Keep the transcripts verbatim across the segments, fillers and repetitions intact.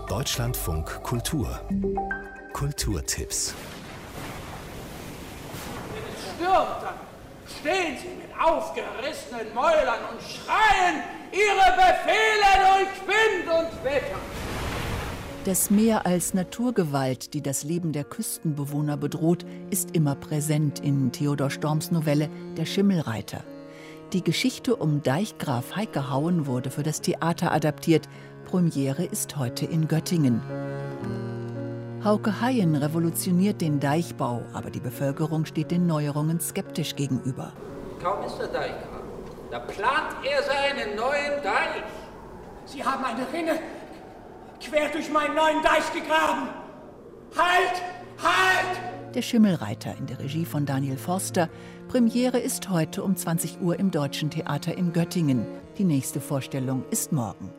Deutschlandfunk Kultur. Kulturtipps. Wenn es stürmt, dann stehen sie mit aufgerissenen Mäulern und schreien ihre Befehle durch Wind und Wetter. Das Meer als Naturgewalt, die das Leben der Küstenbewohner bedroht, ist immer präsent in Theodor Storms Novelle Der Schimmelreiter. Die Geschichte um Deichgraf Heike Hauen wurde für das Theater adaptiert. Premiere ist heute in Göttingen. Hauke Haien revolutioniert den Deichbau, aber die Bevölkerung steht den Neuerungen skeptisch gegenüber. Kaum ist der Deichgraf, da plant er seinen neuen Deich. Sie haben eine Rinne quer durch meinen neuen Deich gegraben. Halt! Halt! Der Schimmelreiter in der Regie von Daniel Forster. Premiere ist heute um zwanzig Uhr im Deutschen Theater in Göttingen. Die nächste Vorstellung ist morgen.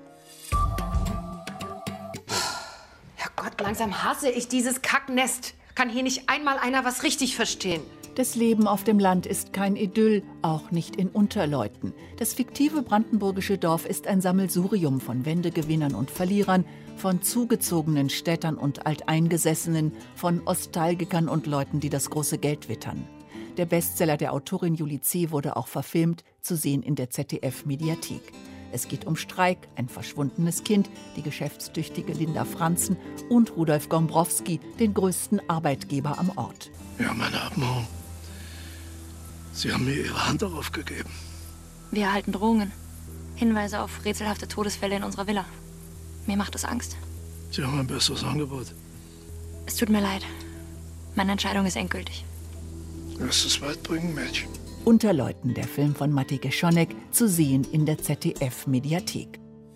Herrgott, langsam hasse ich dieses Kacknest. Kann hier nicht einmal einer was richtig verstehen? Das Leben auf dem Land ist kein Idyll, auch nicht in Unterleuthen. Das fiktive brandenburgische Dorf ist ein Sammelsurium von Wendegewinnern und Verlierern, von zugezogenen Städtern und Alteingesessenen, von Ostalgikern und Leuten, die das große Geld wittern. Der Bestseller der Autorin Julie C. wurde auch verfilmt, zu sehen in der Z D F-Mediathek. Es geht um Streik, ein verschwundenes Kind, die geschäftstüchtige Linda Franzen und Rudolf Gombrowski, den größten Arbeitgeber am Ort. Ja, meine Abmachung. Sie haben mir Ihre Hand darauf gegeben. Wir erhalten Drohungen. Hinweise auf rätselhafte Todesfälle in unserer Villa. Mir macht es Angst. Sie haben ein besseres Angebot. Es tut mir leid. Meine Entscheidung ist endgültig. Lass es weit bringen, Mädchen. Unterleuthen, der Film von Matti Geschonek, zu sehen in der Z D F-Mediathek.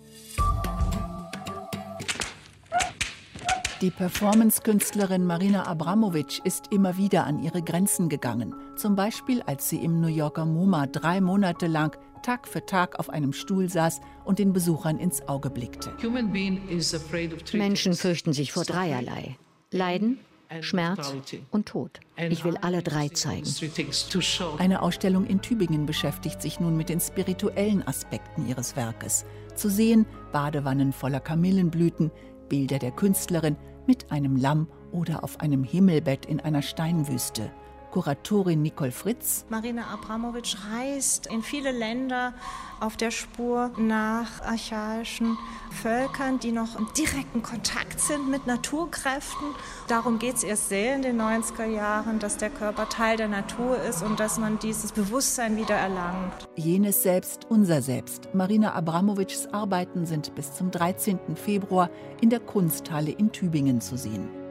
Die Performance-Künstlerin Marina Abramovic ist immer wieder an ihre Grenzen gegangen. Zum Beispiel, als sie im New Yorker MoMA drei Monate lang Tag für Tag auf einem Stuhl saß und den Besuchern ins Auge blickte. Menschen fürchten sich vor dreierlei: Leiden, Schmerz und Tod. Ich will alle drei zeigen. Eine Ausstellung in Tübingen beschäftigt sich nun mit den spirituellen Aspekten ihres Werkes. Zu sehen Badewannen voller Kamillenblüten, Bilder der Künstlerin mit einem Lamm oder auf einem Himmelbett in einer Steinwüste. Kuratorin Nicole Fritz. Marina Abramovic reist in viele Länder auf der Spur nach archaischen Völkern, die noch im direkten Kontakt sind mit Naturkräften. Darum geht es erst sehr in den neunziger Jahren, dass der Körper Teil der Natur ist und dass man dieses Bewusstsein wieder erlangt. Jenes Selbst, unser Selbst. Marina Abramovics Arbeiten sind bis zum dreizehnten Februar in der Kunsthalle in Tübingen zu sehen.